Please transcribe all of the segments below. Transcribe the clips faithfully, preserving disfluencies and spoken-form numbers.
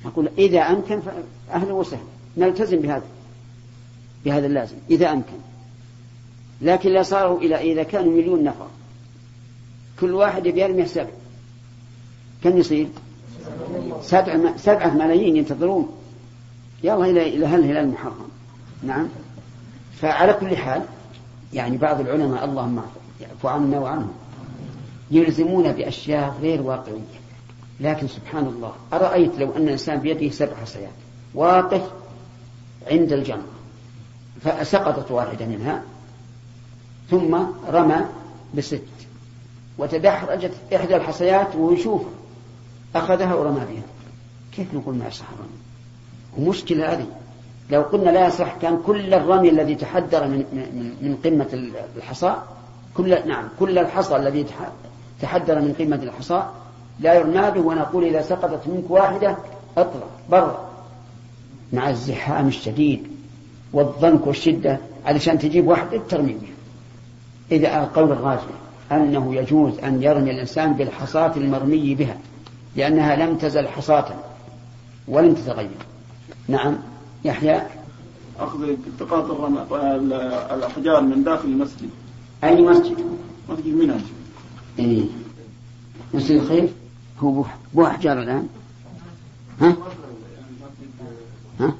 أقول إذا أمكن فأهلا وسهلا نلتزم بهذا بهذا اللازم إذا أمكن. لكن لا صاروا إلى إذا كانوا مليون نفر كل واحد يرمي سبع كم يصير؟ سبعة, سبعة ملايين ينتظرون يلا إلى هل هلال المحرم. نعم. فعلى كل حال يعني بعض العلماء اللهم يعفو عنا وعنهم يلزمون بأشياء غير واقعية. لكن سبحان الله أرأيت لو أن الإنسان بيده سبع حصيات واقف عند الجمر فسقطت واحدة منها ثم رمى بست وتدحرجت إحدى الحصيات ويشوف أخذها ورمى بها، كيف نقول ما يصح الرمي؟ ومشكلة هذه لو قلنا لا يصح كان كل الرمي الذي تحدر من, من, من قمة الحصى كل نعم كل الحصى الذي تحدر من قمة الحصى لا يرمى به، ونقول إذا سقطت منك واحدة اطلع برا مع الزحام الشديد والضنك والشدة علشان تجيب واحدة ترمي بها. إذا القول الراجح أنه يجوز أن يرمي الإنسان بالحصاة المرمي بها لأنها لم تزل حصاة ولم تتغير. نعم. يحيى. أخذ التقاط الأحجار من داخل المسجد. أي مسجد؟ مسجد منهج. إيه. مسجد الخير هو بو أحجار الآن. ها؟ ها؟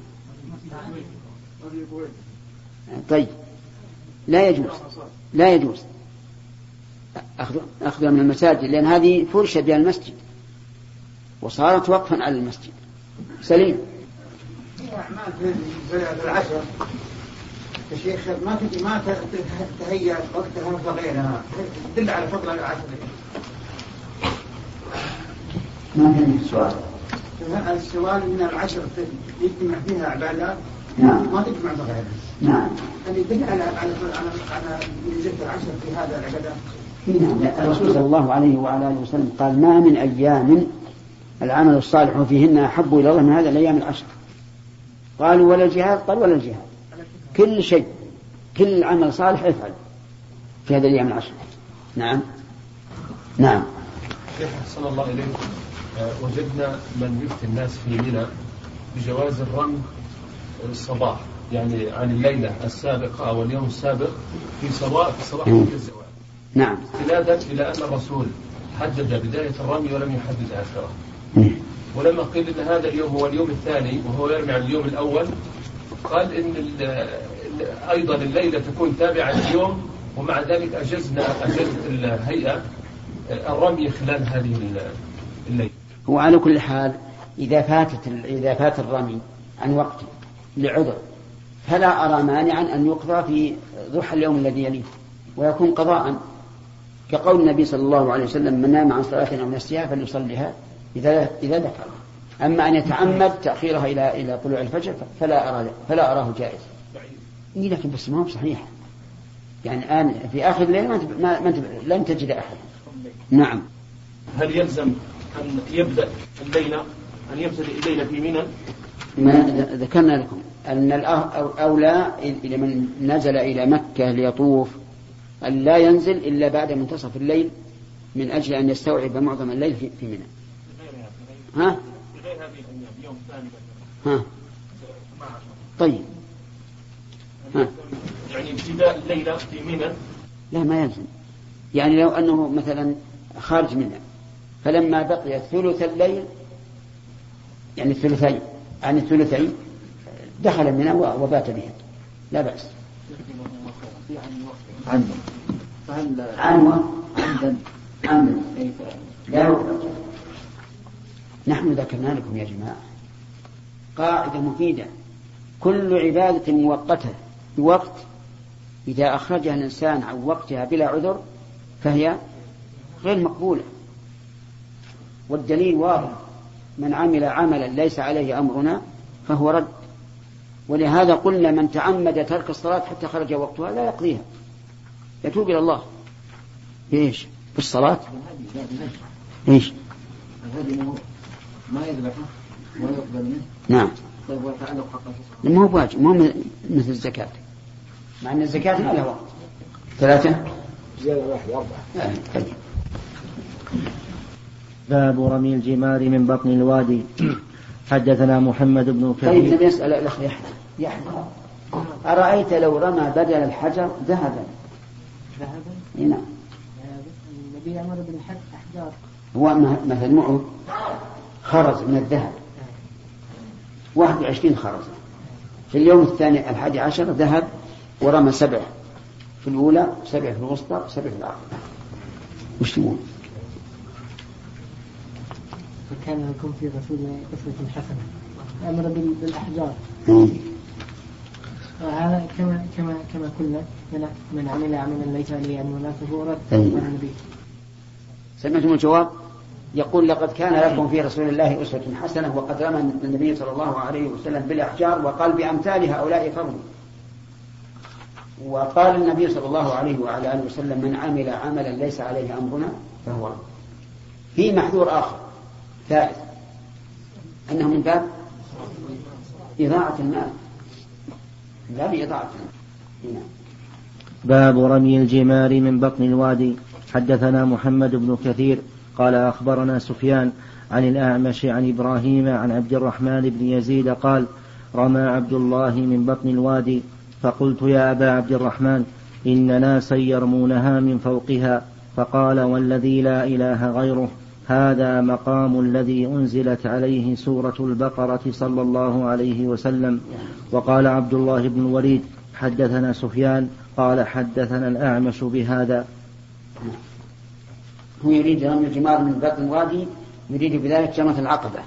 طيب لا يجوز لا يجوز أخذها من المساجد لأن هذه فرشة بها المسجد وصارت وقفا على المسجد. سليم. أعمال في العشر يا شيخ ما تجي ما تهيأ وقتها وغيرها تدل على فضل العشر. ما كان السؤال؟ السؤال من العشر يجتمع فيها عبادات. نعم. ما تجمع بغيرها. نعم. يعني يدل على على على على ميزة العشر في هذا العبادات. نعم. الرسول صلى الله عليه وعلى آله وسلم قال ما من أيام العمل الصالح فيهن أحب إلى الله من هذا الأيام العشر. قالوا ولا الجهاد؟ قال ولا الجهاد، كل شيء كل عمل صالح افعل في هذه الأيام العشر. نعم. نعم. شيخ أحسن الله إليكم، وجدنا من يفتي الناس في منى بجواز الرمي الصباح يعني عن الليلة السابقة أو اليوم السابق في صباح في صباح الزواج. نعم. استنادا إلى أن الرسول حدد بداية الرمي ولم يحدد آخره. ولما قيل أن هذا اليوم هو اليوم الثاني وهو يرمي عن اليوم الأول قال إن أيضا الليلة تكون تابعة اليوم، ومع ذلك أجزنا أجزت الهيئة الرمي خلال هذه الليلة. هو على كل حال إذا فاتت إذا فات الرمي عن وقت لعذر فلا أرى مانعا أن يقضى في ضحى اليوم الذي يليه ويكون قضاء، كقول النبي صلى الله عليه وسلم من نام عن صلاة أو نسيها فليصليها إذا إذا ذكر. أما أن يتعمد تأخيرها إلى إلى طلوع الفجر فلا أرى فلا أراه جائز. إيه لكن بس ما هو صحيح يعني الآن في آخر الليل ما ما ما لن تجد أحد. نعم. هل يلزم أن يبدأ الليلة أن يبدأ الليلة في منى؟ ما ذكرنا لكم أن الأولى إلى من نزل إلى مكة ليطوف أن لا ينزل إلا بعد منتصف الليل من أجل أن يستوعب معظم الليل في في منى. ها؟ ها؟ طيب. ها؟ يعني ابتداء الليلة في منى؟ لا ما يلزم. يعني لو أنه مثلا خارج منى فلما بقي ثلث الليل يعني الثلثين عن الثلثين دخل منى وبات بها لا بأس. عمدا. عمدا. عمدا. لا. نحن ذكرنا لكم يا جماعة قاعدة مفيدة، كل عبادة مؤقتة بوقت إذا أخرجها الإنسان عن وقتها بلا عذر فهي غير مقبولة، والدليل واضح من عمل عملا ليس عليه أمرنا فهو رد. ولهذا قلنا من تعمد ترك الصلاة حتى خرج وقتها لا يقضيها، يتوب إلى الله. إيش بالصلاة؟ إيش ما يذبحه ويقبل منه. نعم. طيب وتعلق حقه ما هو واجب، ما هو مثل الزكاة، مع أن الزكاة ما لها وقت. ثلاثة زيادة واحد أربعة. طيب. باب رمي الجمار من بطن الوادي. حدثنا محمد بن كثير. طيب نبي يسأل الأخ يحيى يحيى أرأيت لو رمى بدل الحجر ذهبا؟ ذهبا؟ نعم. النبي أمر بالحج أحجار. هو مثل معه خرز من الذهب واحد وعشرين خرزة، في اليوم الثاني الحادي عشر ذهب ورمى سبع في الأولى، سبع في الوسطى، سبع في الآخر. وش تقول؟ فكان لكم في رسول أسوة حسنة، أمر بالأحجار. وهذا كما كما كما قلنا من عمل عملا ليس عليه أمرنا فهو رد عن النبي. سمعتم الجواب؟ يقول لقد كان لكم في رسول الله أسوة حسنة، وقد رمى النبي صلى الله عليه وسلم بالأحجار وقال بأمثال هؤلاء فرضوا. وقال النبي صلى الله عليه وعلى آله وسلم من عمل عملا ليس عليه أمرنا فهو رد. في محذور آخر ثالث أنه من باب إضاعة المال، لا بإضاعة المال. باب رمي الجمار من بطن الوادي. حدثنا محمد بن كثير قال أخبرنا سفيان عن الأعمش عن إبراهيم عن عبد الرحمن بن يزيد قال رمى عبد الله من بطن الوادي، فقلت يا أبا عبد الرحمن إن ناسا يرمونها من فوقها، فقال والذي لا إله غيره هذا مقام الذي أنزلت عليه سورة البقرة صلى الله عليه وسلم. وقال عبد الله بن الوليد حدثنا سفيان قال حدثنا الأعمش بهذا. هو يريد رمي الجمار من بطن الوادي، يريد بذلك جمرة العقبة،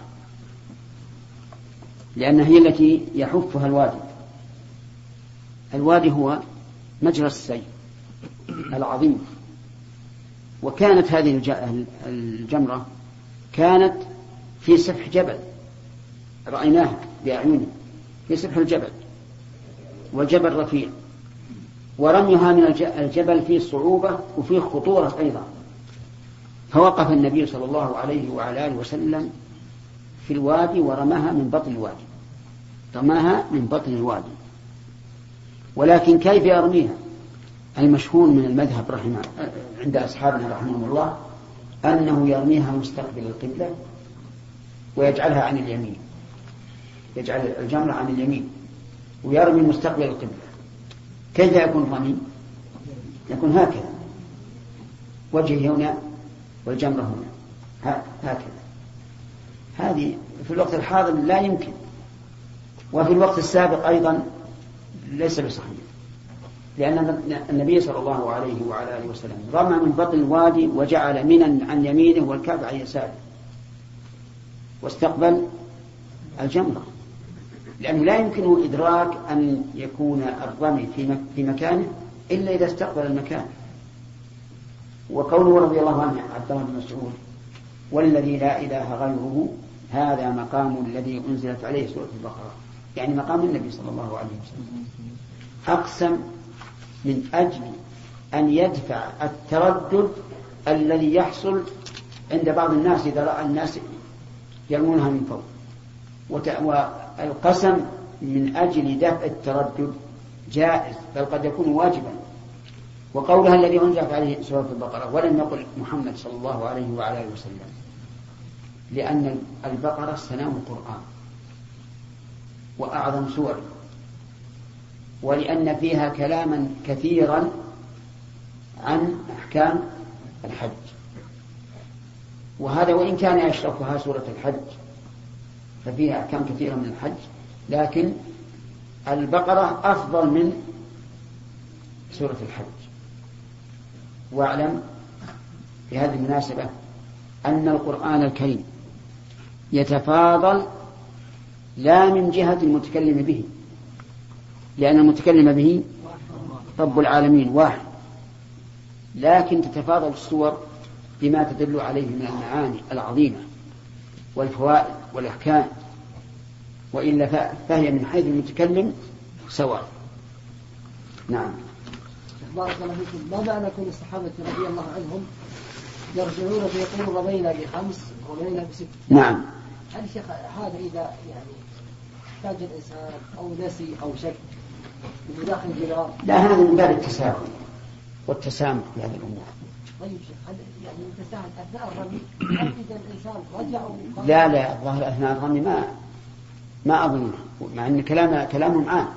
لأنها هي التي يحفها الوادي. الوادي هو مجرى السيل العظيم. وكانت هذه الجمرة كانت في سفح جبل رأيناها بأعيننا، في سفح الجبل، والجبل رفيع، ورميها من الجبل فيه صعوبة وفيه خطورة أيضا. فوقف النبي صلى الله عليه وعلى آله وسلم في الوادي ورماها من بطن الوادي، رماها من بطن الوادي. ولكن كيف يرميها؟ المشهور من المذهب رحمه عند أصحابنا رحمهم الله أنه يرميها مستقبل القبلة ويجعلها عن اليمين، يجعل الجمرة عن اليمين ويرمي مستقبل القبلة. كيف يكون رمي؟ يكون هكذا، وجهه هنا والجمرة هنا هكذا. هذه في الوقت الحاضر لا يمكن، وفي الوقت السابق أيضا ليس بصحيح، لأن النبي صلى الله عليه وعلى آله وسلم رمى من بطن الوادي وجعل منا عن يمينه والكعبة عن يساره واستقبل الجمرة، لأنه لا يمكن إدراك أن يكون الرمي في مكانه إلا إذا استقبل المكان. وقوله رضي الله عنه عبد الله بن مسعود والذي لا إله غيره هذا مقام الذي أنزلت عليه سورة البقرة، يعني مقام النبي صلى الله عليه وسلم. أقسم من أجل أن يدفع التردد الذي يحصل عند بعض الناس إذا رأى الناس يرمونها من فوق، والقسم من أجل دفع التردد جائز بل قد يكون واجبا. وقولها الذي أنزلت عليه سورة البقرة ولم يقل محمد صلى الله عليه وعلى آله وسلم، لأن البقرة سلام القرآن وأعظم سور، ولأن فيها كلاما كثيرا عن أحكام الحج، وهذا وإن كان يشرفها سورة الحج ففيها أحكام كثيرة من الحج، لكن البقرة أفضل من سورة الحج. واعلم في هذه المناسبة أن القرآن الكريم يتفاضل لا من جهة المتكلم به، لأن المتكلم به رب العالمين واحد، لكن تتفاضل السور بما تدل عليه من المعاني العظيمة والفوائد والأحكام، وإلا فهي من حيث المتكلم سواء. نعم. بارك الله فيكم. ما معنى كل الصحابة رضي الله عنهم يرجعون فيقولون رمينا بخمس ورمينا بست؟ نعم. هل شيخ هذا إذا يعني احتاج الإنسان أو نسي أو شك من داخل الجدار؟ لا، هذا من باب التساهل والتسامح في هذه الأمور. طيب شيخ هل يعني التساهل أثناء الرمي هل إذا الإنسان رجع؟ لا لا، الظاهر أثناء الرمي ما ما أظن، مع أن كلام كلامهم عام،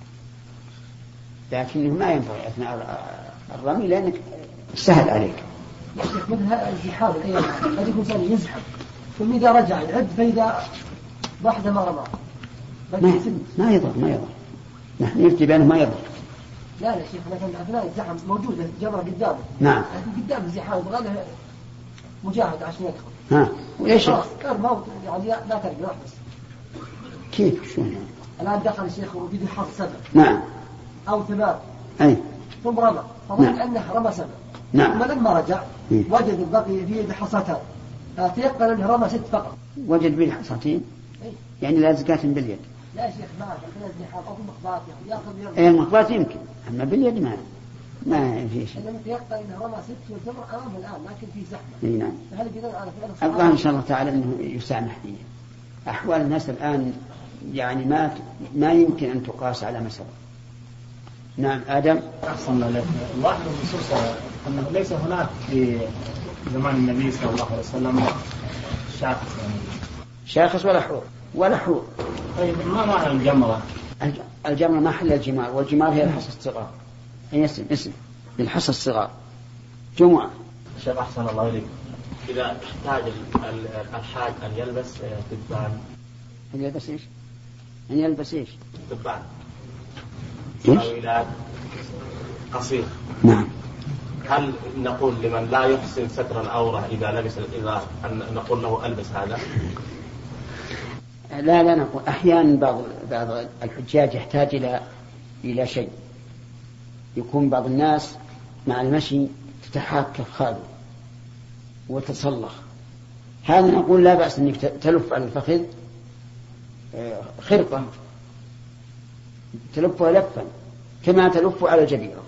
لكنه ما ينبغي أثناء الرمي لأنك سهل عليك. يا شيخ مثل الزحام الأيام قد يكون إنسان يزحم ثم إذا رجع يعد فإذا واحدة ما رمى ما, ما يضر ما يضر نحن نفتي بأنه ما يضر. لا لا شيخ مثلا أثناء الزحم موجودة جمرة قدامه. نعم. لكن قدام الزحام يبغى له مجاهد عشان يدخل. ها وليش؟ كان موت يعني لا ترجع بس. كيف شلون يعني؟ الآن دخل الشيخ وبيدي حظ سبع. نعم. أو ثمان. أي. ثم رمى. فظن نعم. أنه رمى سبع. نعم. ثم لما رجع م. وجد البقي في يده حصتان. تيقن أنه رمى ست فقط. وجد به حصتين. يعني لازقات باليد. لا شيخ ما في الزحام أو في المخبات يأخذ يرمي. إيه المخبات يمكن، أما باليد ما ما في شيء. لم يتيقن أنه رمى ست والجمرة أمامه الآن لكن في زحمة. إيه نعم. فهل بيقول أنا فعلا الله إن شاء الله تعالى أنه يسامح فيه. أحوال الناس الآن يعني ما ما يمكن أن تقاس على مسألة. نعم آدم. أحسن الله. واحد من النصوص أنه ليس هناك في زمان النبي صلى الله عليه وسلم شاخص يعني. شاخص ولا حور ولا حور. طيب ما معنى الجمرة؟ الجمرة محل الجمار، والجمار هي الحصى الصغار. أي اسم اسم للحصى الصغار جمعة. شيخ أحسن الله إليك، إذا احتاج الحاج أن يلبس تبان. أن يلبس إيش؟ أن يلبس إيش؟ تبان. إيش؟ قصير. نعم. هل نقول لمن لا يحسن ستر العورة إذا لبس الإزار أن نقول له ألبس هذا؟ لا لا نقول. أحيانا بعض بعض الحجاج يحتاج إلى إلى شيء، يكون بعض الناس مع المشي تتحاك خاله وتصلخ، هذا نقول لا بأس أنك تلف على الفخذ خرقة تلفها لفا كما تلف على الجبيرة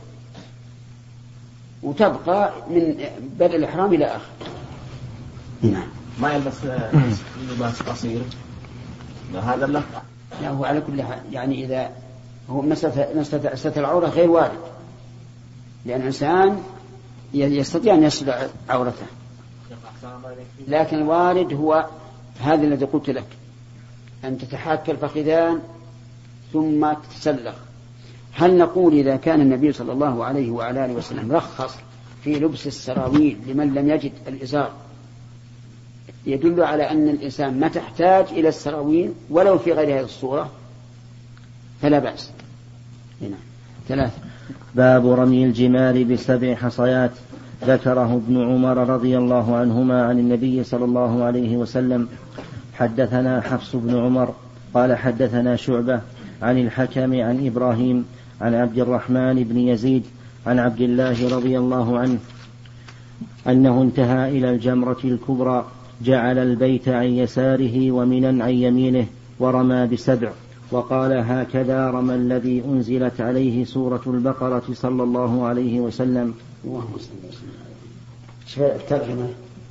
وتبقى من بدء الإحرام إلى آخر. نعم. ما يلبس لباس قصير هذا اللف. لا هو على كل حال يعني إذا هو مسألة ستر العورة غير وارد، لأن الإنسان يستطيع أن يستر عورته، لكن الوارد هو هذا الذي قلت لك، أن تتحاك الفخذان ثم تتسلخ. هل نقول إذا كان النبي صلى الله عليه وعلى آله وسلم رخص في لبس السراويل لمن لم يجد الإزار يدل على أن الإنسان ما تحتاج إلى السراويل ولو في غير هذه الصورة فلا بأس. هنا ثلاثة. باب رمي الجمار بسبع حصيات. ذكره ابن عمر رضي الله عنهما عن النبي صلى الله عليه وسلم. حدثنا حفص بن عمر قال حدثنا شعبة عن الحكم عن إبراهيم عن عبد الرحمن بن يزيد عن عبد الله رضي الله عنه أنه انتهى إلى الجمرة الكبرى، جعل البيت عن يساره ومنا عن يمينه ورمى بسبع، وقال هكذا رمى الذي أنزلت عليه سورة البقرة صلى الله عليه وسلم. الترجمة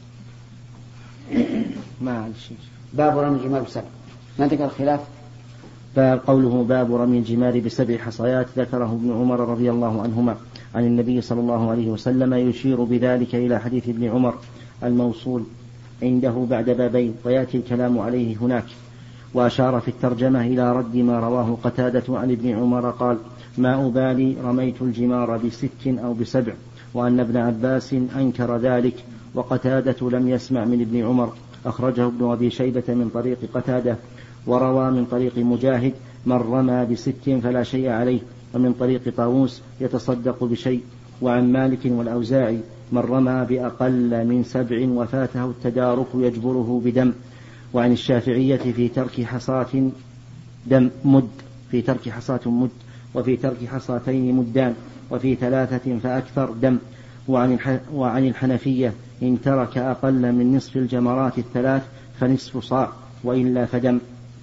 ما باب رمي الجمار بسبع. ننتقل الخلاف. باب قوله باب رمي الجمار بسبع حصيات. ذكره ابن عمر رضي الله عنهما عن النبي صلى الله عليه وسلم، يشير بذلك إلى حديث ابن عمر الموصول عنده بعد بابين، ويأتي الكلام عليه هناك. وأشار في الترجمة إلى رد ما رواه قتادة عن ابن عمر قال ما أبالي رميت الجمار بست أو بسبع، وأن ابن عباس أنكر ذلك، وقتادة لم يسمع من ابن عمر. أخرجه ابن أبي شيبة من طريق قتادة، وروى من طريق مجاهد من رمى بست فلا شيء عليه، ومن طريق طاووس يتصدق بشيء، وعن مالك والأوزاعي من رمى بأقل من سبع وفاته التدارك يجبره بدم، وعن الشافعية في ترك حصاة دم مد في ترك حصاة مد، وفي ترك حصاتين مدان، وفي ثلاثة فأكثر دم، وعن وعن الحنفية إن ترك أقل من نصف الجمرات الثلاث فنصف صاع وإلا فدم.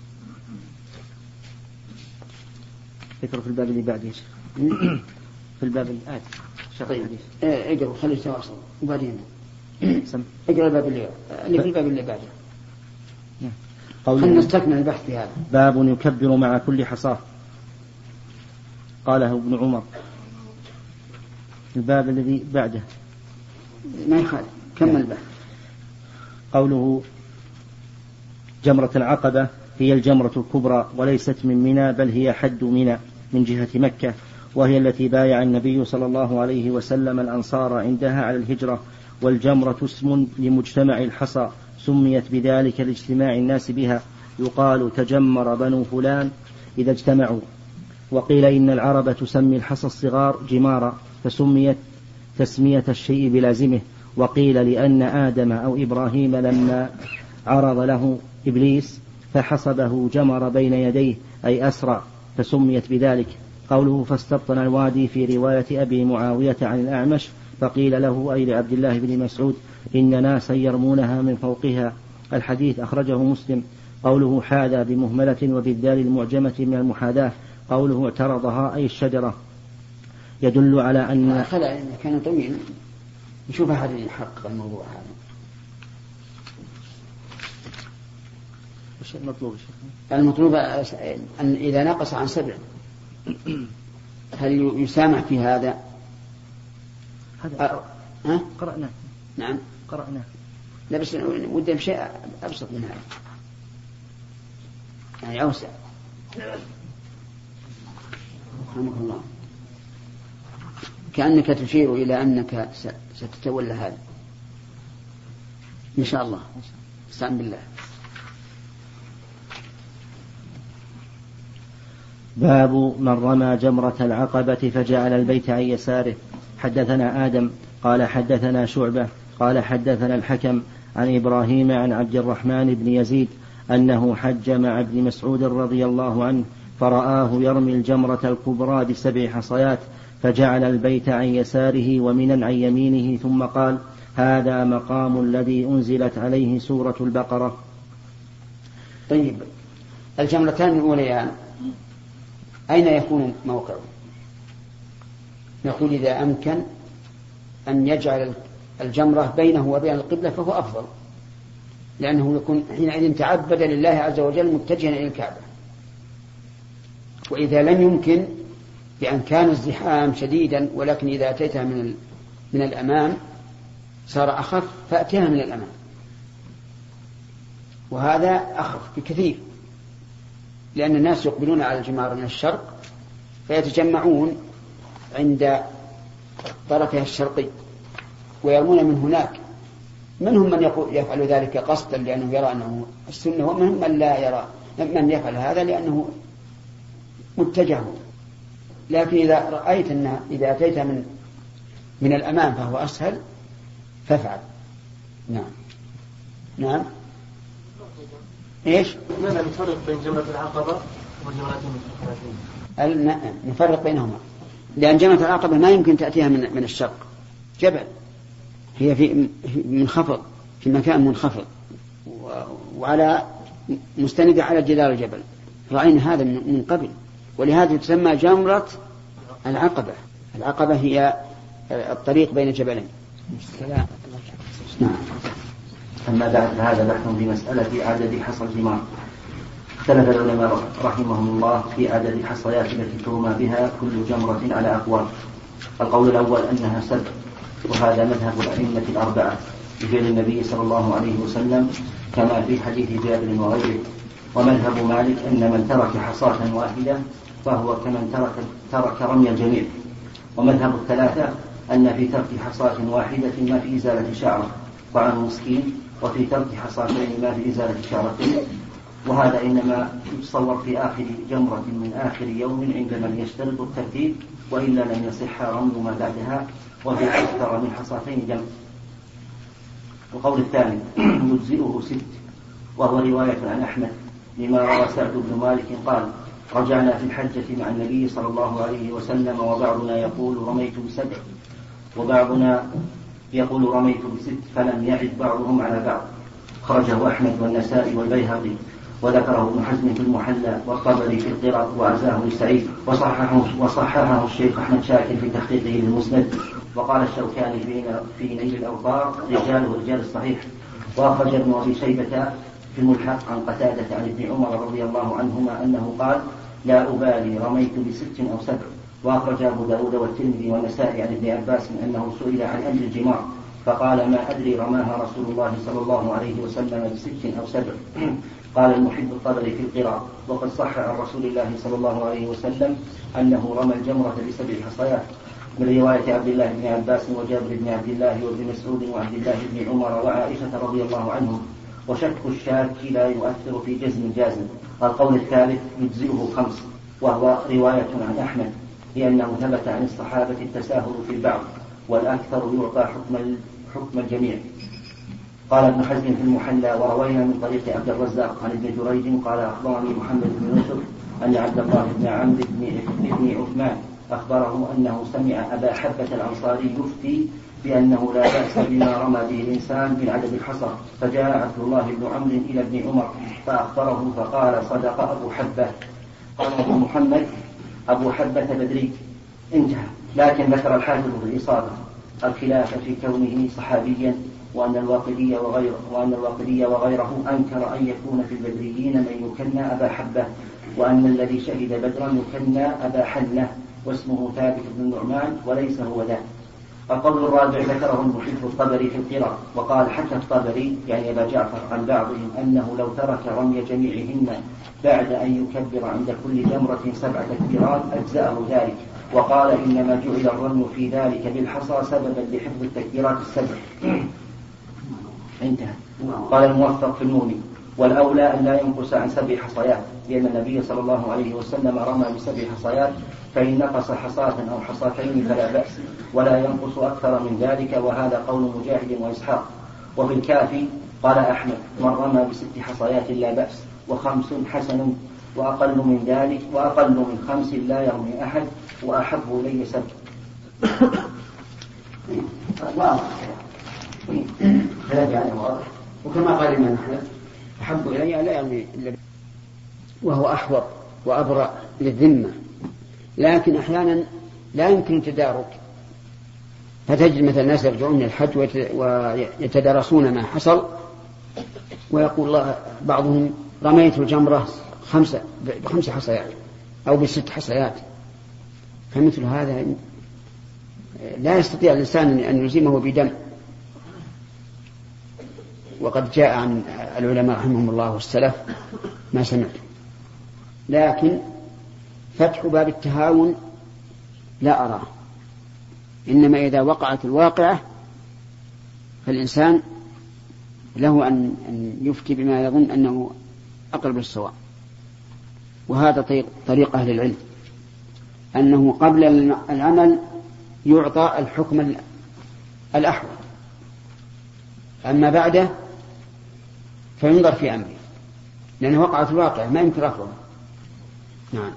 ذكر في الباب اللي بعده في الباب الآتي طيب اقرأ خلي تواصل وبعدين اقرأ الباب اللي اللي في الباب اللي بعده. خلنا نستكمل البحث في هذا. باب يكبر مع كل حصاة. قاله ابن عمر. الباب الذي بعده ما يخالف كمل البحث. قوله جمرة العقبة هي الجمرة الكبرى، وليست من منى بل هي حد منى من جهة مكة، وهي التي بايع النبي صلى الله عليه وسلم الأنصار عندها على الهجرة. والجمرة اسم لمجتمع الحصى سميت بذلك لاجتماع الناس بها، يقال تجمر بنو فلان إذا اجتمعوا. وقيل إن العرب تسمي الحصى الصغار جمارا فسميت تسمية الشيء بلازمه. وقيل لأن آدم أو إبراهيم لما عرض له إبليس فحصبه جمر بين يديه أي أسرع فسميت بذلك. قوله فاستبطن الوادي في رواية أبي معاوية عن الأعمش فقيل له أي لعبد الله بن مسعود إن ناسا يرمونها من فوقها. الحديث أخرجه مسلم. قوله حاذا بمهملة وبالدال المعجمة من المحاذاة. قوله اعترضها أي الشجرة يدل على أن خلا كان طويل. نشوف أحد يحقق الموضوع هذا. وش المطلوب؟ المطلوب أن إذا نقص عن سبع هل يسامح في هذا؟ هذا أه؟ قرأناه. نعم قرأناه. لا بس ودي بشيء أبسط من هذا يعني أوسع. رحمك الله. كأنك تشير إلى أنك ستتولى هذا إن شاء الله. استعن بالله. باب من رمى جمرة العقبة فجعل البيت عن يساره. حدثنا آدم قال حدثنا شعبة قال حدثنا الحكم عن إبراهيم عن عبد الرحمن بن يزيد أنه حج مع ابن مسعود رضي الله عنه فرآه يرمي الجمرة الكبرى بسبع حصيات فجعل البيت عن يساره ومنا عن يمينه ثم قال هذا مقام الذي أنزلت عليه سورة البقرة. طيب الجمرتان الأوليان أين يكون موقعه؟ نقول إذا أمكن أن يجعل الجمرة بينه وبين القبلة فهو أفضل، لأنه يكون حينئذ تعبد لله عز وجل متجها إلى الكعبة. وإذا لم يمكن بأن كان الزحام شديدا ولكن إذا أتيتها من من الأمام صار أخف فأتيها من الأمام، وهذا أخف بكثير، لأن الناس يقبلون على الجمار من الشرق فيتجمعون عند طرفها الشرقي ويرمون من هناك. منهم من يفعل ذلك قصدا لأنه يرى أنه السنة، ومنهم من لا يرى من يفعل هذا لأنه متجه. لكن إذا رأيت أن إذا أتيت من من الأمام فهو أسهل فافعل. نعم نعم. إيش؟ ماذا نفرق بين جمرة العقبة وجمرات المتقربين؟ نفرق بينهما، لأن جمرة العقبة ما يمكن تأتيها من من الشرق، جبل، هي في منخفض في مكان منخفض وعلى مستندة على جدار الجبل، رأينا هذا من قبل، ولهذا تسمى جمرة العقبة. العقبة هي الطريق بين جبلين. نعم. أما بعد هذا بحث بمسألة عدد حصى الجمار. اختلف العلماء رحمهم الله في عدد الحصيات التي ترمى بها كل جمرة على أقوال. القول الأول أنها سبع، وهذا مذهب الأئمة الأربعة بفعل النبي صلى الله عليه وسلم كما في حديث جابر وغيره. ومذهب مالك أن من ترك حصاة واحدة فهو كمن ترك, ترك رمي الجميع. ومذهب الثلاثة أن في ترك حصاة واحدة ما في إزالة شعرة طعام مسكين، وفي ترك حصاتين ما في إزالة شعرتين. وهذا إنما يتصور في آخر جمرة من آخر يوم عند من يشترط الترتيب، وإلا لم يصح رمي ما بعدها، وفي أكثر من حصاتين جمع. القول الثاني يجزئه ست، وهو رواية عن أحمد لما روى سعد بن مالك قال رجعنا في الحجة مع النبي صلى الله عليه وسلم وبعضنا يقول رميت بسبع وبعضنا يقول رميت بست فلم يعد بعضهم على بعض. خرجه أحمد والنسائي والبيهقي، وذكره ابن حزم في المحلى والطبري في القرى وعزاه لسعيد، وصححه, وصححه الشيخ أحمد شاكر في تحقيقه للمسند. وقال الشوكاني في نيل الأوطار رجاله رجال الصحيح. وأخرج ابن أبي شيبة في الملحق عن قتادة عن ابن عمر رضي الله عنهما أنه قال لا أبالي رميت بست أو سبع. وأخرج أبو داود والترمذي والنسائي عن ابن عباس أنه سئل عن أمر الجمار فقال ما أدري رماها رسول الله صلى الله عليه وسلم بست أو سبع. قال المحب الطبري في القراء: وقد صح عن رسول الله صلى الله عليه وسلم أنه رمى الجمرة بسبع حصيات، من رواية عبد الله بن عباس وجابر بن عبد الله وابن مسعود وعبد الله بن عمر وعائشة رضي الله عنهم. وشك الشاك لا يؤثر في جزم جازم. القول الثالث يجزئه خمس، وهو رواية عن أحمد، لأنه ثبت عن الصحابة التساهل في البعض، والأكثر يعطى حكم حكم الجميع. قال ابن حزم في المحلى: وروينا من طريق عبد الرزاق عن ابن جريج قال أخبرني محمد بن يوسف أن عبد الله بن عمرو بن عثمان أخبره أنه سمع أبا حبة الأنصاري يفتي بأنه لا بأس بما رمى به الإنسان من عدد الحصى، فجاء عبد الله بن عمرو إلى ابن عمر فأخبره فقال: صدق أبو حبة. قال أبو محمد: أبو حبة بدري. انتهى. لكن ذكر الحافظ في الإصابة الخلاف في كونه صحابيا، وأن الواقدي وغيره, وأن الواقدي وغيره أنكر أن يكون في البدريين من يكنى أبا حبة، وأن الذي شهد بدرا يكنى أبا حنة واسمه ثابت بن النعمان وليس هو ذاك. القول الرابع ذكره المحب الطبري في القراء، وقال: حتى الطبري يعني أبا جعفر عن بعضهم أنه لو ترك رمي جميعهن بعد أن يكبر عند كل جمرة سبع تكبيرات أجزأه ذلك، وقال: إنما جعل الرمي في ذلك بالحصى سببا لحفظ التكبيرات السبع. انتهى. قال الموفق في المغني: والأولى أن لا ينقص عن سبع حصيات، لأن النبي صلى الله عليه وسلم رمى بسبع حصيات، فإن نقص حصاة أو حصاتين فلا بأس، ولا ينقص أكثر من ذلك، وهذا قول مجاهد وإسحاق. وفي الكافي قال أحمد: من رمى بست حصيات لا بأس، وخمس حسن، وأقل من ذلك وأقل من خمس لا يرمي أحد، وأحب إلي سبع. وكما قال الإمام أحمد: أحب إلي لا يرمي إلا، وهو أحوط وأبرأ للذمة. لكن أحيانا لا يمكن التدارك، فتجد مثل الناس يرجعون من الحج ويتدارسون ما حصل، ويقول الله بعضهم: رميت الجمرة خمسة بخمس حصيات أو بست حصيات. فمثل هذا لا يستطيع الإنسان أن يلزمه بدم. وقد جاء عن العلماء رحمهم الله والسلف ما سمعت. لكن فتح باب التهاون لا أراه، إنما إذا وقعت الواقعة فالإنسان له أن يفتي بما يظن أنه أقرب للصواب. وهذا طريق أهل العلم، أنه قبل العمل يعطى الحكم الأحوط، أما بعده فينظر في أمره، لأنه وقعت الواقع ما يمكن رفضه. نعم.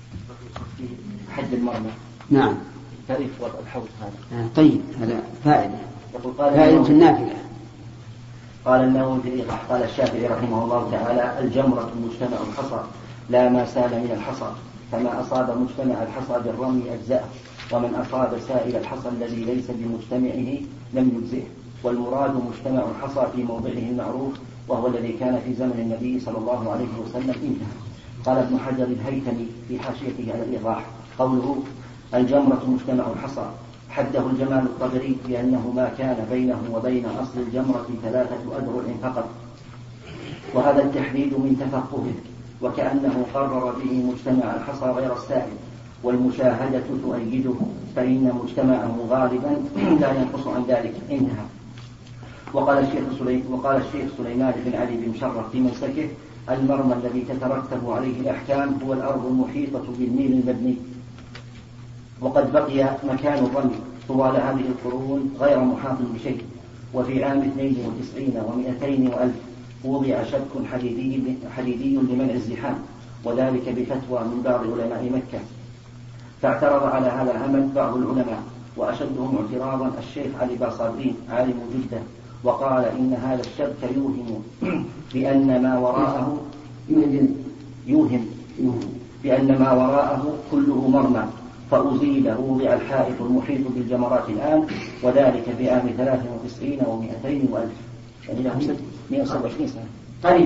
حد المرمى. نعم. تاريخ وضع الحوض هذا. آه طيب، هذا فائدة فائدة النافلة. قال النووي في الإيضاح: قال الشافعي رحمه الله تعالى: الجمرة مجتمع الحصى لا ما سال من الحصى، فما أصاب مجتمع الحصى بالرمي أجزاءه، ومن أصاب سائل الحصى الذي ليس بمجتمعه لم يجزئه. والمراد مجتمع الحصى في موضعه المعروف، وهو الذي كان في زمن النبي صلى الله عليه وسلم. انتهى. قال ابن حجر الهيثمي في حاشيته على الإيضاح: قوله الجمرة مجتمع الحصى حده الجمال الطبري بأنه ما كان بينه وبين أصل الجمرة ثلاثة أذرع فقط، وهذا التحديد من تفقهه، وكأنه قرر به مجتمع الحصى غير السائل، والمشاهدة تؤيده، فإن مجتمعه غالبا لا ينقص عن ذلك. انتهى. وقال الشيخ سليمان وقال الشيخ سليمان بن علي بن مشرف في منسكه: المرمى الذي تترتب عليه الأحكام هو الأرض المحيطة بالنيل المبني. وقد بقي مكان الرمي طوال هذه القرون غير محاط بشيء. وفي عام اثنين وتسعين ومئتين وألف وضع شبك حديدي, حديدي لمنع الزحام، وذلك بفتوى من بعض علماء مكة. فاعترض على هذا العمل بعض العلماء، وأشدهم اعتراضا الشيخ علي باصابين عالم جدة، وقال إن هذا الشبك يوهم بأن ما وراءه يوهم بأن ما وراءه كله مرمى، فأزيل ووضع الحائط المحيط بالجمرات الآن، وذلك في عام ثلاث وتسعين ومئتين وألف، يعني له مئة وسبعة وعشرين سنة. طيب،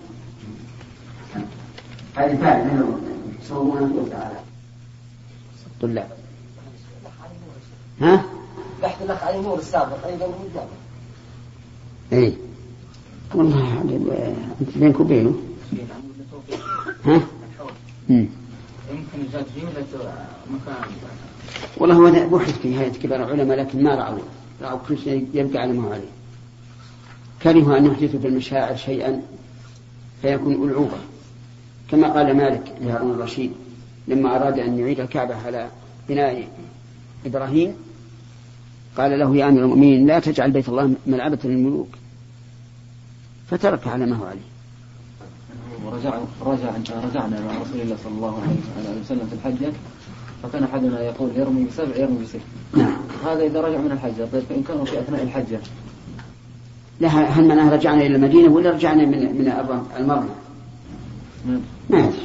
هذه فعلا صومنا الله تعالى طلاب. ها؟ تحت الأخ علي نور السابق أيضا قدامه. إيه والله بينك وبينه ها؟ مم. يمكن يزاد فيه ولا مكان؟ والله هو بحث في هيئة كبار العلماء لكن ما رأوا رأوا كل شيء يبقى على ما هو عليه. كرهوا أن يحدثوا في المشاعر شيئا فيكون ألعوبة، كما قال مالك لهارون الرشيد لما أراد أن يعيد الكعبة على بناء إبراهيم قال له يا أمير المؤمنين لا تجعل بيت الله ملعبة للملوك، فترك على ما هو عليه. ورجع رجع رجعنا مع رسول الله صلى الله عليه وسلم في الحجة، فكان أحدنا يقول يرمي بسبع يرمي بسبع. نعم. هذا إذا رجع من الحجة. طيب فإن كانوا في أثناء الحجة لا، هل معناه رجعنا إلى المدينة ولا رجعنا من من المرمى؟ ما أدري.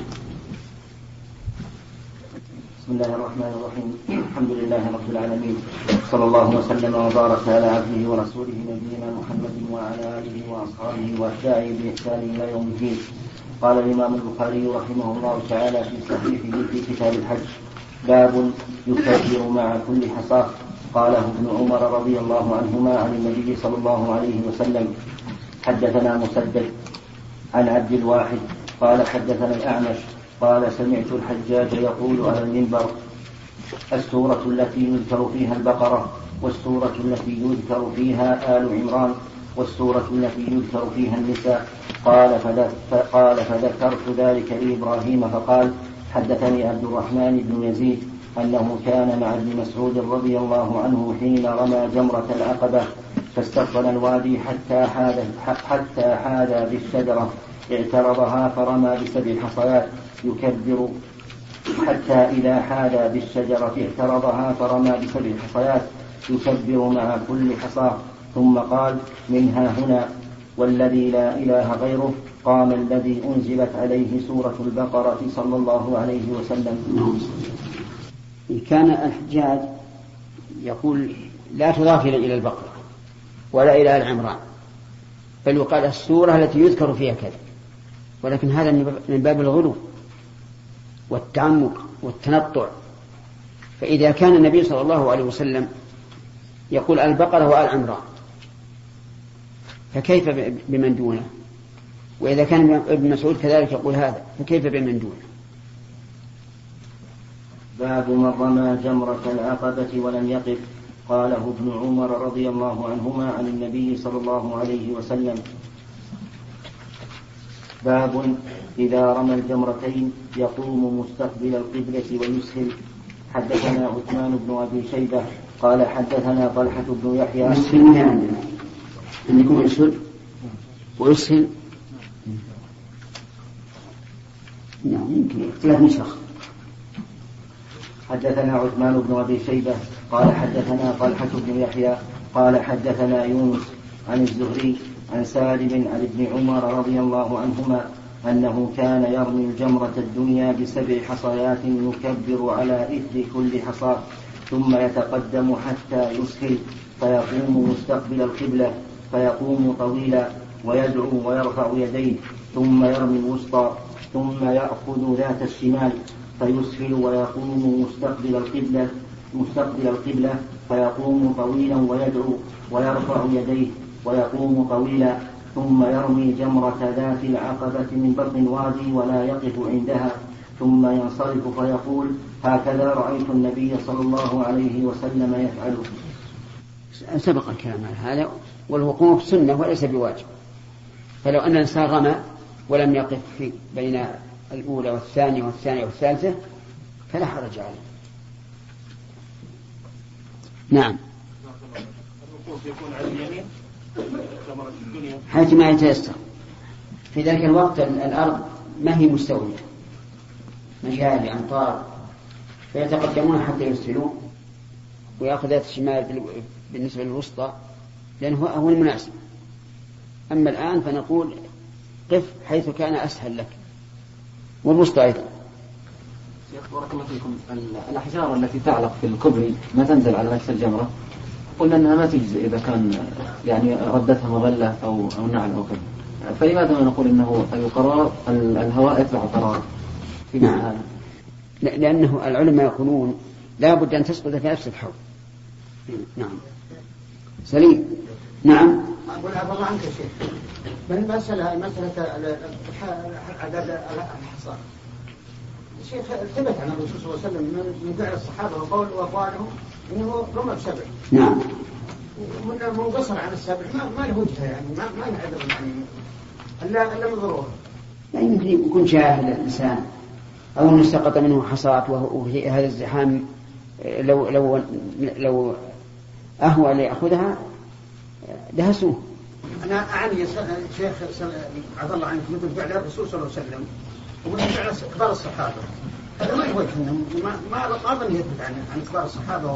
بسم الله الرحمن الرحيم. الحمد لله رب العالمين، صلى الله وسلم وبارك على عبده ورسوله نبينا محمد وعلى آله وأصحابه وأتباعه بإحسان إلى يوم الدين. قال الإمام البخاري رحمه الله تعالى في صحيحه في كتاب الحج: باب يكبر مع كل حصاة. قاله ابن عمر رضي الله عنهما عن النبي صلى الله عليه وسلم. حدثنا مسدد عن عبد الواحد قال حدثنا الأعمش قال سمعت الحجاج يقول على المنبر: السورة التي يذكر فيها البقرة، والسورة التي يذكر فيها آل عمران، والسورة التي يذكر فيها النساء. قال, قال فذكرت ذلك لإبراهيم فقال: حدثني عبد الرحمن بن يزيد أنه كان مع ابن مسعود رضي الله عنه حين رمى جمرة العقبة فاستقبل الوادي حتى حاد, حتى حاد بالشجرة اعترضها فرمى بسبع حصيات يكبر حتى إذا حاد بالشجرة اعترضها فرمى بسبع حصيات يكبر مع كل حصاة، ثم قال: منها هنا والذي لا إله غيره قام الذي أنزلت عليه سورة البقرة صلى الله عليه وسلم. كان الحجاج يقول لا تضاف إلى البقرة ولا إلى العمران، بل يقال السورة التي يذكر فيها كذا، ولكن هذا من باب الغلو والتعمق والتنطع. فإذا كان النبي صلى الله عليه وسلم يقول البقرة وآل عمران فكيف بمن دونه؟ وإذا كان ابن مسعود كذلك يقول هذا فكيف بمن دونه؟ باب من رمى جمرة العقبة ولم يقف. قاله ابن عمر رضي الله عنهما عن النبي صلى الله عليه وسلم. باب إذا رمى الجمرتين يقوم مستقبل القبلة ويسهل. حدثنا عثمان بن أبي شيبة قال حدثنا طلحة بن يحيى. يسهل من عندنا أن يكون يسهل ويسهل. نعم يمكن ثلاث نسخ. حدثنا عثمان بن أبي شيبة قال حدثنا طلحة بن يحيى قال حدثنا يونس عن الزهري عن سالم عن ابن عمر رضي الله عنهما أنه كان يرمي الجمرة الدنيا بسبع حصيات يكبر على إثر كل حصاة، ثم يتقدم حتى يسهل فيقوم مستقبل القبلة فيقوم طويلا ويدعو ويرفع يديه، ثم يرمي الوسطى، ثم يأخذ ذات الشمال فيسهل ويقوم مستقبل القبلة مستقبل القبلة فيقوم طويلا ويدعو ويرفع يديه ويقوم طويلا، ثم يرمي جمرة ذات العقبة من بطن الوادي ولا يقف عندها، ثم ينصرف فيقول: هكذا رأيت النبي صلى الله عليه وسلم يفعله. سبق الكلام على هذا، والوقوف سنة وليس بواجب. فلو أن الإنسان رمى ولم يقف في بين الأولى والثانية والثانية والثالثة فلا حرج عليه. نعم. الوقوف يكون على اليمين حيث ما يتيسر. في ذلك الوقت الأرض ما هي مستوية، مجال أمطار، فيتقدمون حتى يسهلون ويأخذ ذات الشمال بالنسبة للوسطى لأنه هو المناسب. أما الآن فنقول قف حيث كان أسهل لك، والوسطى أيضا. شيخ بارك الله فيكم، الأحجار التي تعلق في الكبري ما تنزل على نفس الجمرة، قلنا أنها ما تجزئ إذا كان يعني ردتها مظلة أو أو نعل أو كذا، فلماذا ما نقول إنه القرار الهواء يتبع القرار في نعم. هذا؟ لأنه العلماء يقولون لا بد أن تسقط في نفس الحوض. نعم. سليم. نعم. ما أقول عفوا الله عنك يا شيخ، بالمسألة مسألة عدد الحصى. الشيخ ثبت عن الرسول صلى الله عليه وسلم من فعل الصحابة وقول وأقوالهم إنه رمى بسبع. نعم. وإنه منقصر عن السبع ما ما له وجهة يعني ما ما يعذر يعني إلا إلا من ضرورة. لا يمكن يكون جاهل الإنسان أو أنه سقط منه حصاة وهي هذا الزحام لو لو لو أهوى ليأخذها دهسوه. أنا أعني شيخ عفى الله عنك مثل فعل الرسول صلى الله عليه وسلم ومن فعل كبار الصحابة هذا ما يوجه إنهم ما ما ما أظن يثبت عن عن كبار الصحابة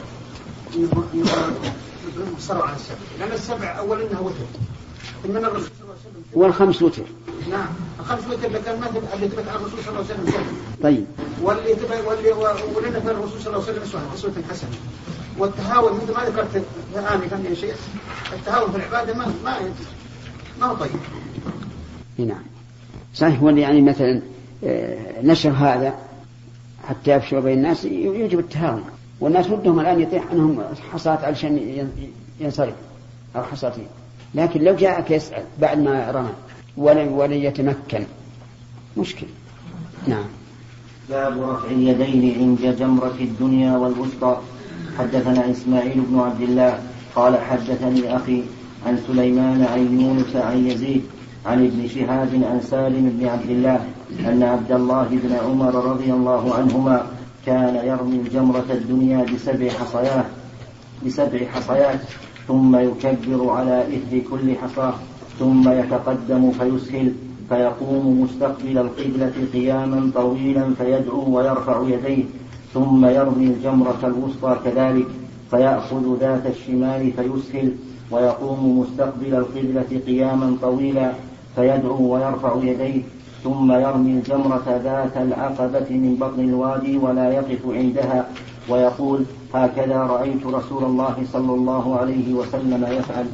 يقصروا عن السبع لأن السبع أول إنها وتر من الرسول صلى الله عليه وسلم والخمس وتر. نعم الخمس وتر لكن ما اللي ثبت عن الرسول صلى الله عليه وسلم. طيب. واللي ثبت واللي ولنا في الرسول صلى الله عليه وسلم قصة حسنة. والتهاون مثل ما ذكرت آنفا يا شيخ التهاون في العبادة ما ما ما هو طيب. نعم صحيح. هو يعني مثلا نشر هذا حتى يفشوا بين الناس يوجب التهاون والناس ودهم الآن يطيح عنهم حصات علشان ينصرف أو حصاتين. لكن لو جاءك يسأل بعد ما رمى ولن ولن يتمكن مشكل. نعم. باب رفع اليدين عند جمرة الدنيا والوسطى. حدثنا إسماعيل بن عبد الله قال حدثني أخي عن سليمان عن يونس عن يزيد عن ابن شهاب عن سالم بن عبد الله أن عبد الله بن عمر رضي الله عنهما كان يرمي الجمرة الدنيا بسبع حصيات بسبع حصيات ثم يكبر على إثر كل حصاة ثم يتقدم فيسهل فيقوم مستقبل القبلة قياما طويلا فيدعو ويرفع يديه ثم يرمي الجمرة الوسطى كذلك فيأخذ ذات الشمال فيسهل ويقوم مستقبل القبلة قياما طويلا فيدعو ويرفع يديه ثم يرمي الجمرة ذات العقبة من بطن الوادي ولا يقف عندها ويقول هكذا رأيت رسول الله صلى الله عليه وسلم يفعل.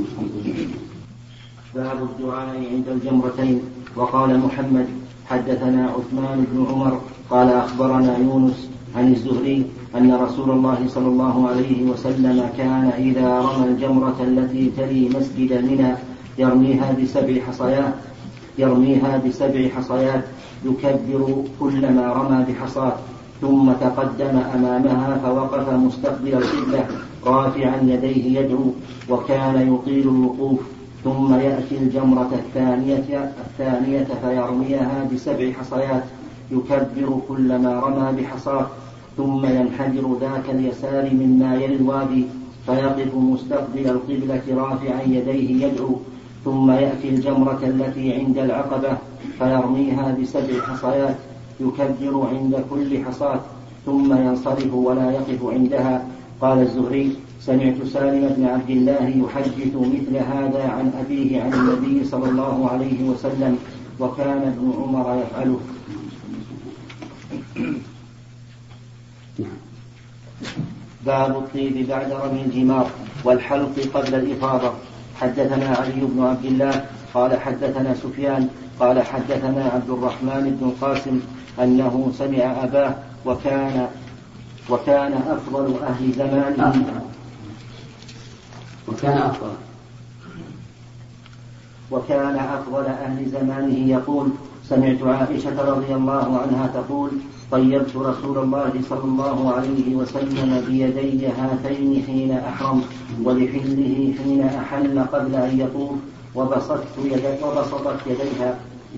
باب الدعاء عند الجمرتين. وقال محمد حدثنا عثمان بن عمر قال أخبرنا يونس عن الزهري أن رسول الله صلى الله عليه وسلم كان إذا رمى الجمرة التي تلي مسجد منى يرميها بسبع حصيات يرميها بسبع حصيات يكبر كلما رمى بحصاة ثم تقدم أمامها فوقف مستقبل القبلة رافعا يديه يدعو وكان يطيل الوقوف ثم يأتي الجمرة الثانية الثانية فيرميها بسبع حصيات يكبر كلما رمى بحصاة ثم ينحدر ذاك اليسار مما يلي الوادي فيقف مستقبل القبلة رافعا يديه يدعو ثم يأتي الجمرة التي عند العقبة فيرميها بسبع حصيات يكبر عند كل حصاة ثم ينصرف ولا يقف عندها. قال الزهري سمعت سالم بن عبد الله يحدث مثل هذا عن أبيه عن النبي صلى الله عليه وسلم وكان ابن عمر يفعله. باب الطيب بعد رمي الجمار والحلق قبل الإفاضة. حدثنا علي بن عبد الله قال حدثنا سفيان قال حدثنا عبد الرحمن بن القاسم أنه سمع أباه وكان وكان أفضل أهل زمانه وكان أفضل وكان أفضل أهل زمانه يقول سمعت عائشة رضي الله عنها تقول طيبت رسول الله صلى الله عليه وسلم بيدي هاتين حين أحرم ولحله حين أحل قبل أن يطوف وبسطت يدي وبسطت يديها.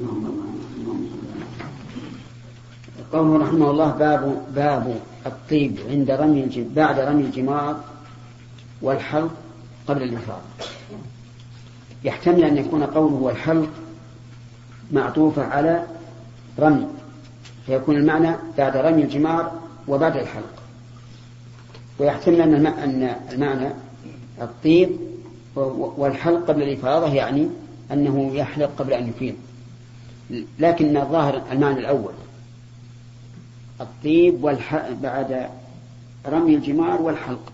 قوله رحمه الله باب باب الطيب عند رمي بعد رمي الجمار والحلق قبل الإفاضة. يحتمل أن يكون قوله والحلق معطوفة على رمي فيكون المعنى بعد رمي الجمار وبعد الحلق ويحتمل أن المعنى الطيب والحلق قبل الإفاضة يعني أنه يحلق قبل أن يفيض لكن الظاهر المعنى الأول الطيب والحلق بعد رمي الجمار والحلق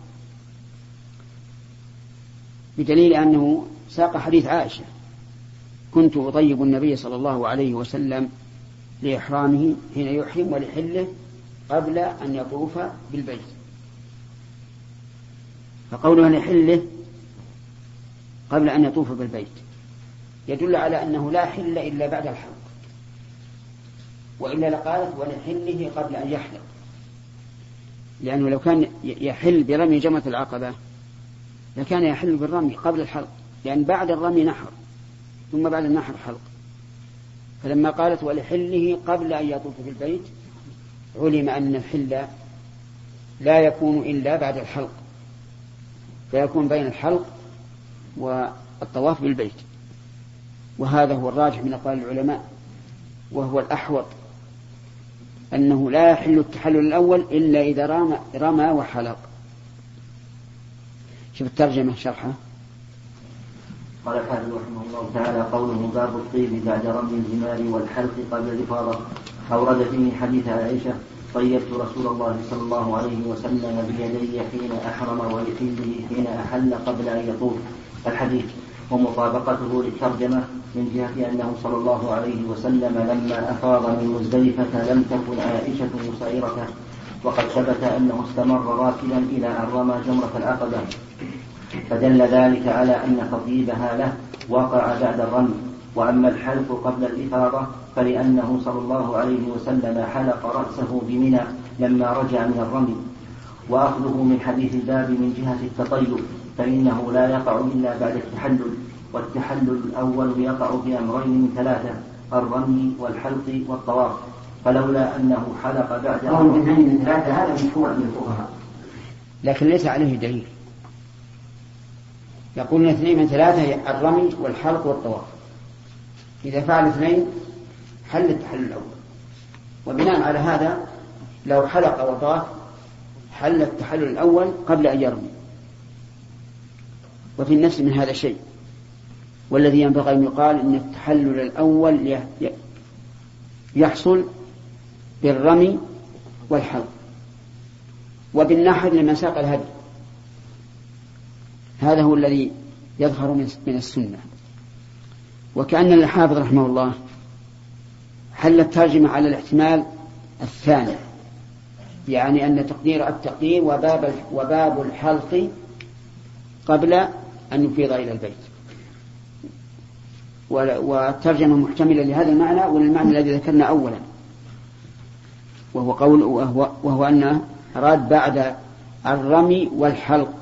بدليل أنه ساق حديث عائشة كنت أطيب النبي صلى الله عليه وسلم لإحرامه حين يحرم ولحله قبل أن يطوف بالبيت فقولها لحله قبل أن يطوف بالبيت يدل على أنه لا حل إلا بعد الحلق، وإلا لقالت ولحله قبل أن يحلق، لأنه لو كان يحل برمي جمرة العقبة لكان يحل بالرمي قبل الحلق، لأن بعد الرمي نحر ثم بعد النحر حلق. فلما قالت ولحله قبل أن يطوف بالبيت علم أن الحل لا يكون إلا بعد الحلق، فيكون بين الحلق والطواف بالبيت، وهذا هو الراجح من أقوال العلماء، وهو الأحوط أنه لا يحل التحلل الأول إلا إذا رمى, رمى وحلق. شوف الترجمة شرحها. قال الحافظ رحمه الله تعالى: قوله باب الطيب بعد رمي الجمار والحلق قبل الإفاضة. أورد فيه حديث عائشة: طيبت رسول الله صلى الله عليه وسلم بيدي حين أحرم ولحله حين أحل قبل أن يطوف. الحديث ومطابقته للترجمة من جهة أنه صلى الله عليه وسلم لما أفاض من مزدلفة لم تكن عائشة مسيرته، وقد ثبت أنه استمر راكبا إلى أن رمى جمرة العقبة، فدل ذلك على أن تطيبها له وقع بعد الرمي. وأما الحلق قبل الإفاضة فلأنه صلى الله عليه وسلم حلق رأسه بمنى لما رجع من الرمي. وأخذه من حديث الباب من جهة التطيب فإنه لا يقع إلا بعد التحلل، والتحلل الأول يقع بأمرين من ثلاثة: الرمي والحلق والطواف. فلولا أنه حلق بعد أمرين من ثلاثة هذا مشهور عند الفقهاء، لكن ليس عليه دليل. يقولون اثنين من ثلاثة: الرمي والحلق والطواف. إذا فعل اثنين حل التحلل الأول، وبناء على هذا لو حلق وطاف حل التحلل الأول قبل أن يرمي. وفي النفس من هذا شيء، والذي ينبغي أن يقال إن التحلل الأول يحصل بالرمي والحلق وبالنحر لمن ساق الهدي. هذا هو الذي يظهر من السنة. وكأن الحافظ رحمه الله حل الترجمة على الاحتمال الثاني، يعني أن تقدير التقدير وباب, وباب الحلق قبل أن يفيض إلى البيت، والترجمة محتملة لهذا المعنى وللمعنى الذي ذكرنا أولا، وهو, قول وهو, وهو أنه أراد بعد الرمي والحلق،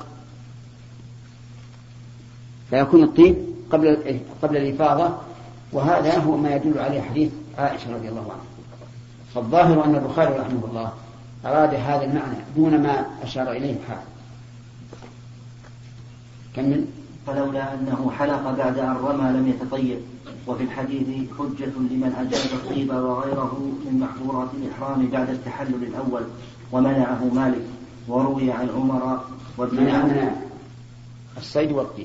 فيكون الطيب قبل قبل الإفاضة. وهذا هو ما يدل عليه حديث عائشة رضي الله عنها. فالظاهر أن البخاري رحمه الله أراد هذا المعنى دون ما أشار إليه الحافظ. كمل. فلولا أنه حلق بعد أن رمى لم يتطيب. وفي الحديث حجة لمن أجاز الطيب وغيره من محظورات الإحرام بعد التحلل الأول، ومنعه مالك. وروي عن عمر وابن منع الصيد والطيب.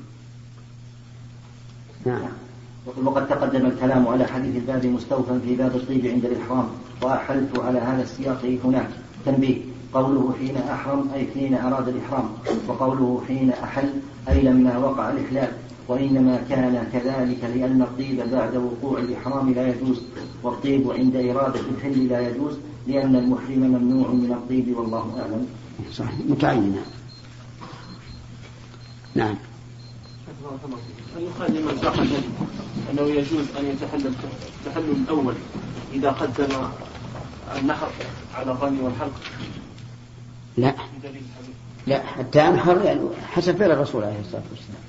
نعم. وقد تقدم الكلام على حديث الباب مستوفا في باب الطيب عند الإحرام، وأحلت على هذا السياق هناك. تنبيه: قوله حين أحرم أي حين أراد الإحرام، وقوله حين أحل أي لما وقع الإحلال، وإنما كان كذلك لأن الطيب بعد وقوع الإحرام لا يجوز، والطيب عند إرادة الحل لا يجوز، لأن المحرم ممنوع من الطيب، والله أعلم. صحيح، متعينة. نعم. أن يقال لمن ساق الهدي أنه يجوز أن يتحلل التحلل الأول إذا قدم النحر على الرمي والحلق؟ لا لا، حتى أنحر يعني حسب فعل الرسول عليه الصلاة والسلام.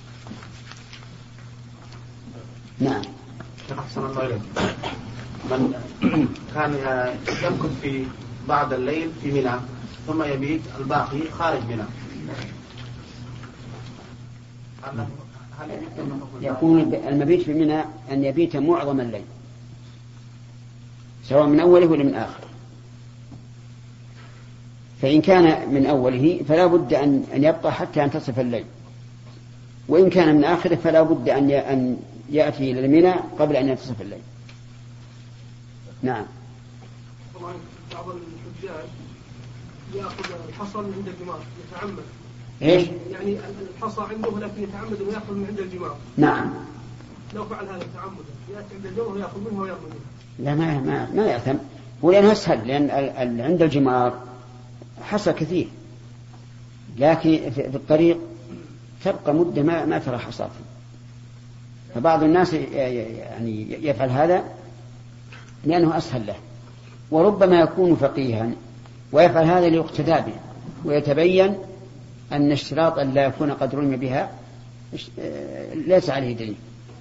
نعم. أحسن الله إليك. من كان يمكن في بعض الليل في منى ثم يبيت الباقي خارج منى، يكون المبيت في منى أن يبيت معظم الليل سواء من أوله ولا من آخره. فإن كان من أوله فلا بد أن يبقى حتى ينتصف الليل، وإن كان من آخره فلا بد أن يأتي إلى المنى قبل أن ينتصف الليل. نعم. طبعا بعض الحجاج يأخذ الحصى من عند الجمار يتعمد. إيش؟ يعني الحصى عنده لكن يتعمد ويأخذ من عند الجمار. نعم. لو فعل هذا التعمد يأتي عند الجمر ويأخذ منها ويرمي منها. لا ما ما ما يأثم، هو لأنه أسهل، لأن عند الجمار حصى كثير، لكن في الطريق تبقى مدة ما, ما ترى حصاة. فبعض الناس يعني يفعل هذا لأنه أسهل له، وربما يكون فقيها ويفعل هذا ليقتدى به ويتبين أن اشتراط أن لا يكون قد رمي بها ليس عليه دليل.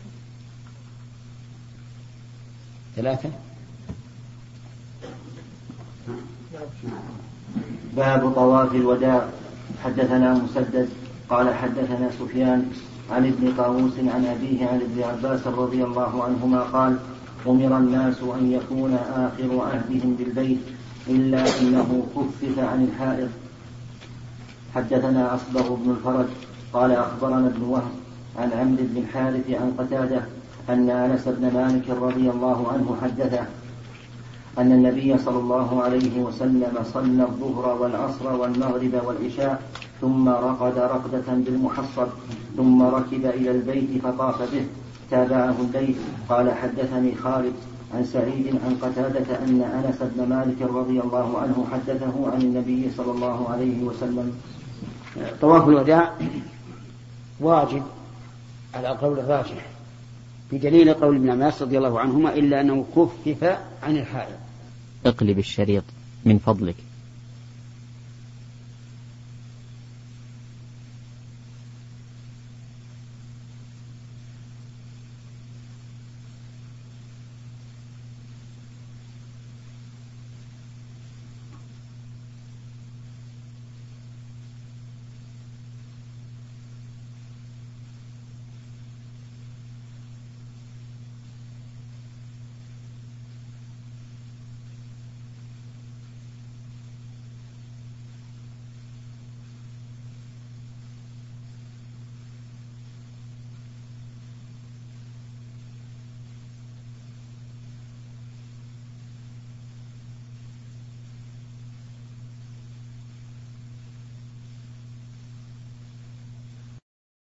ثلاثة. باب طواف الوداع. حدثنا مسدد قال حدثنا سفيان عن ابن طاووس عن أبيه عن ابن عباس رضي الله عنهما قال: أمر الناس أن يكون آخر عهدهم بالبيت إلا أنه خفف عن الحائض. حدثنا أصبغ بن الفرج قال أخبرنا ابن وهب عن عمرو بن الحارث عن قتادة أن أنس بن مالك رضي الله عنه حدثه أن النبي صلى الله عليه وسلم صلى الظهر والعصر والمغرب والعشاء ثم رقد رقدة بالمحصب ثم ركب إلى البيت فطاف به. تابعه الليث قال حدثني خالد عن سعيد عن قتادة أن أنس بن مالك رضي الله عنه حدثه عن النبي صلى الله عليه وسلم. طواف الوداع واجب على قول الراجح بدليل قول ابن عباس رضي الله عنهما إلا أنه خفف عن الحائض. اقلب الشريط من فضلك.